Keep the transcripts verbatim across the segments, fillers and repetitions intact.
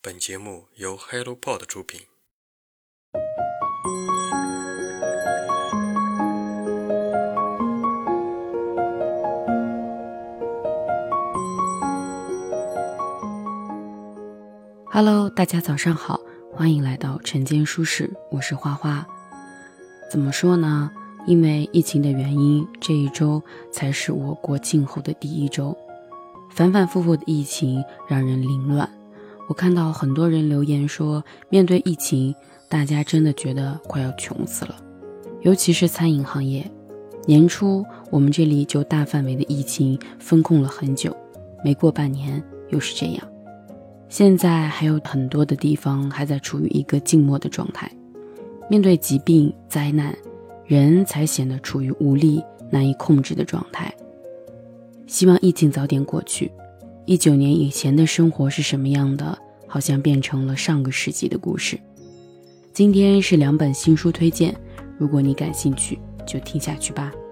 本节目由 HelloPod 出品。 Hello， 大家早上好，欢迎来到晨间书室，我是花花。怎么说呢？因为疫情的原因，这一周才是我国境后的第一周。反反复复的疫情让人凌乱。我看到很多人留言说，面对疫情，大家真的觉得快要穷死了。尤其是餐饮行业，年初我们这里就大范围的疫情封控了很久，没过半年又是这样。现在还有很多的地方还在处于一个静默的状态。面对疾病灾难，人才显得处于无力难以控制的状态。希望疫情早点过去。一九年以前的生活是什么样的，好像变成了上个世纪的故事。今天是两本新书推荐，如果你感兴趣就听下去吧。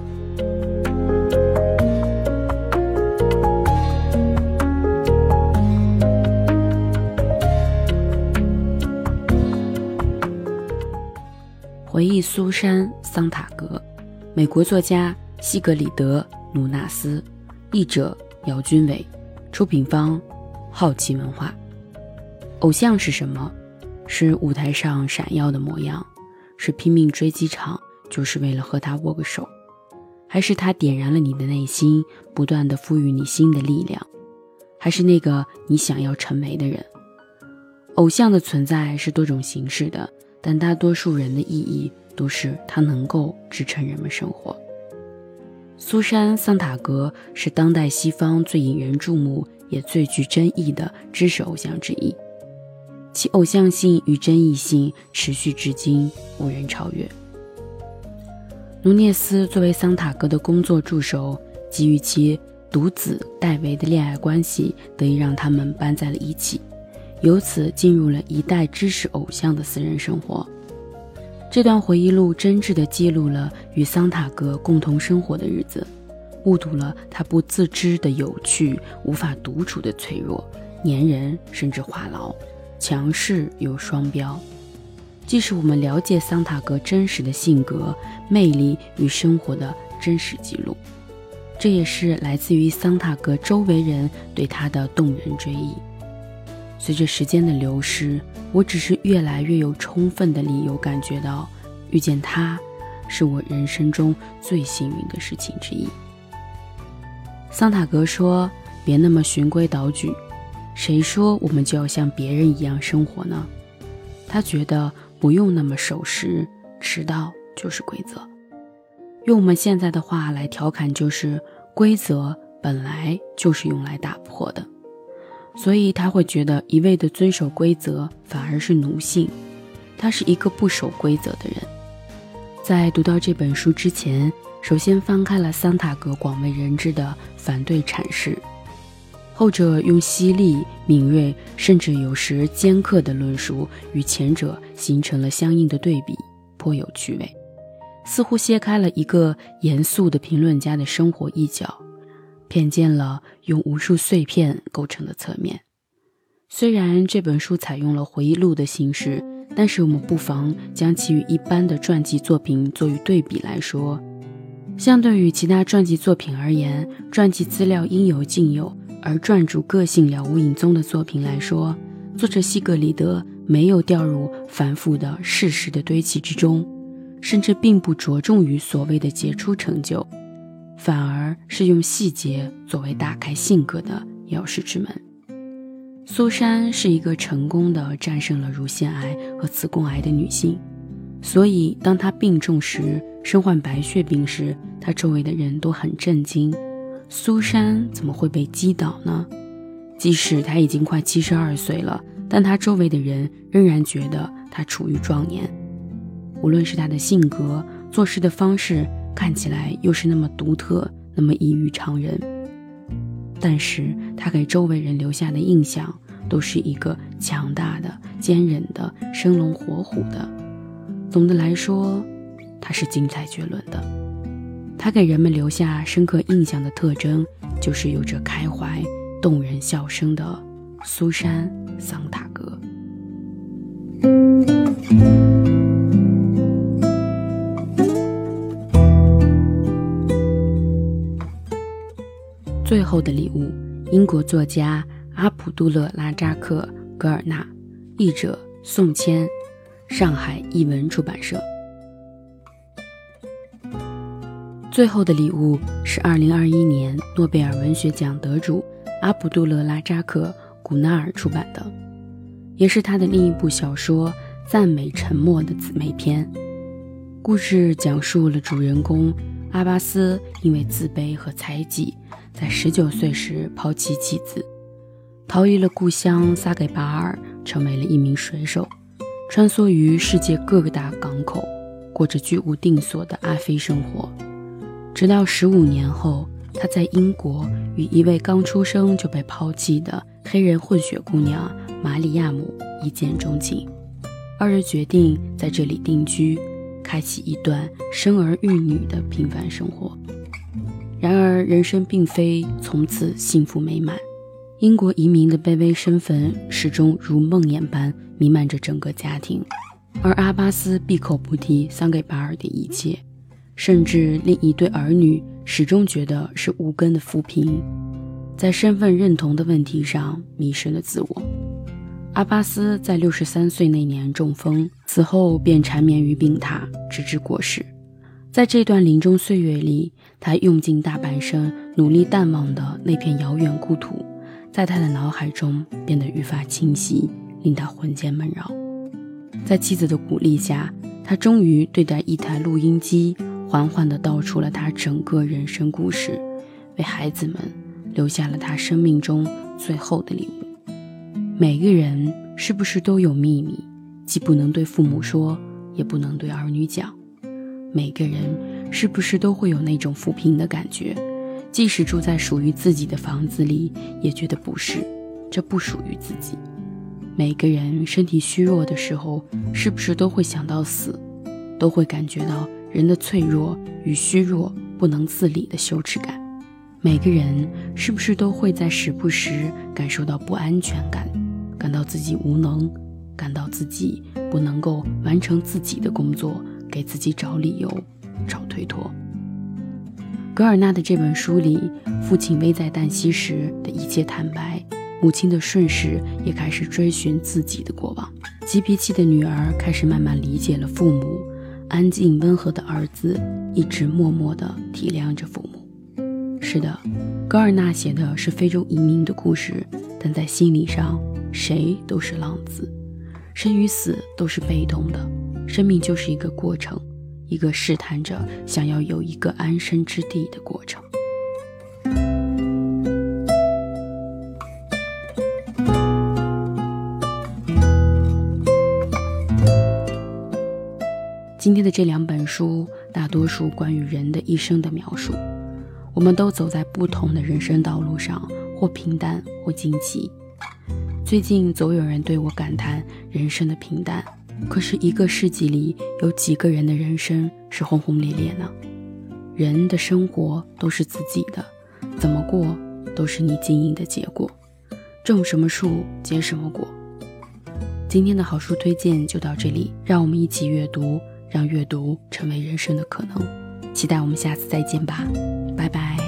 回忆苏珊·桑塔格，美国作家西格里德·努纳斯，译者姚军伟，出品方好奇文化。偶像是什么？是舞台上闪耀的模样，是拼命追机场就是为了和他握个手，还是他点燃了你的内心，不断地赋予你新的力量，还是那个你想要成为的人？偶像的存在是多种形式的，但大多数人的意义都是它能够支撑人们生活。苏珊·桑塔格是当代西方最引人注目也最具争议的知识偶像之一，其偶像性与争议性持续至今，无人超越。努涅斯作为桑塔格的工作助手，基于其独子戴维的恋爱关系，得以让他们搬在了一起，由此进入了一代知识偶像的私人生活。这段回忆录真挚地记录了与桑塔格共同生活的日子，目睹了他不自知的有趣，无法独处的脆弱，粘人甚至话痨，强势又双标。既是我们了解桑塔格真实的性格、魅力与生活的真实记录，这也是来自于桑塔格周围人对他的动人追忆。随着时间的流逝，我只是越来越有充分的理由感觉到，遇见他是我人生中最幸运的事情之一。桑塔格说，别那么循规蹈矩，谁说我们就要像别人一样生活呢？他觉得不用那么守时，迟到就是规则。用我们现在的话来调侃，就是规则本来就是用来打破的。所以他会觉得一味的遵守规则反而是奴性，他是一个不守规则的人。在读到这本书之前，首先翻开了桑塔格广为人知的反对阐释，后者用犀利、敏锐，甚至有时尖刻的论述与前者形成了相应的对比，颇有趣味，似乎揭开了一个严肃的评论家的生活一角，瞥见了用无数碎片构成的侧面。虽然这本书采用了回忆录的形式，但是我们不妨将其与一般的传记作品做与对比来说。相对于其他传记作品而言，传记资料应有尽有，而传主个性了无影踪的作品来说，作者西格里德没有掉入繁复的事实的堆砌之中，甚至并不着重于所谓的杰出成就，反而是用细节作为打开性格的钥匙之门。苏珊是一个成功的战胜了乳腺癌和子宫癌的女性，所以当她病重时，身患白血病时，她周围的人都很震惊，苏珊怎么会被击倒呢？即使她已经快七十二岁了，但她周围的人仍然觉得她处于壮年。无论是她的性格、做事的方式，看起来又是那么独特，那么异于常人，但是他给周围人留下的印象都是一个强大的、坚韧的、生龙活虎的。总的来说，他是精彩绝伦的。他给人们留下深刻印象的特征，就是有着开怀动人笑声的苏珊桑塔格。最后的礼物，英国作家阿卜杜勒拉扎克·格尔纳，译者宋谦，上海译文出版社。最后的礼物是二零二一年诺贝尔文学奖得主阿卜杜勒拉扎克·古纳尔出版的，也是他的另一部小说《赞美沉默》的姊妹篇。故事讲述了主人公阿巴斯因为自卑和猜忌，在十九岁时抛弃妻子，逃离了故乡撒给巴尔，成为了一名水手，穿梭于世界各大港口，过着居无定所的阿飞生活。直到十五年后，他在英国与一位刚出生就被抛弃的黑人混血姑娘玛里亚姆一见钟情，二人决定在这里定居，开启一段生儿育女的平凡生活。然而人生并非从此幸福美满，英国移民的卑微身份始终如梦魇般弥漫着整个家庭，而阿巴斯闭口不提桑给巴尔的一切，甚至另一对儿女始终觉得是无根的浮萍，在身份认同的问题上迷失了自我。阿巴斯在六十三岁那年中风，此后便缠绵于病榻，直至过世。在这段临终岁月里，他用尽大半生努力淡忘的那片遥远故土，在他的脑海中变得愈发清晰，令他魂牵梦绕。在妻子的鼓励下，他终于对待一台录音机，缓缓地道出了他整个人生故事，为孩子们留下了他生命中最后的礼物。每个人是不是都有秘密，既不能对父母说，也不能对儿女讲？每个人是不是都会有那种浮萍的感觉，即使住在属于自己的房子里，也觉得不是，这不属于自己。每个人身体虚弱的时候，是不是都会想到死，都会感觉到人的脆弱与虚弱不能自理的羞耻感？每个人是不是都会在时不时感受到不安全感，感到自己无能，感到自己不能够完成自己的工作，给自己找理由，找推脱？格尔纳的这本书里，父亲危在旦夕时的一切坦白，母亲的顺势也开始追寻自己的过往。急脾气的女儿开始慢慢理解了父母，安静温和的儿子一直默默地体谅着父母。是的，格尔纳写的是非洲移民的故事，但在心理上，谁都是浪子，生与死都是被动的，生命就是一个过程，一个试探着想要有一个安身之地的过程。今天的这两本书大多数关于人的一生的描述，我们都走在不同的人生道路上，或平淡或惊奇。最近总有人对我感叹人生的平淡，可是一个世纪里有几个人的人生是轰轰烈烈呢？人的生活都是自己的，怎么过都是你经营的结果，种什么树结什么果。今天的好书推荐就到这里，让我们一起阅读，让阅读成为人生的可能。期待我们下次再见吧，拜拜。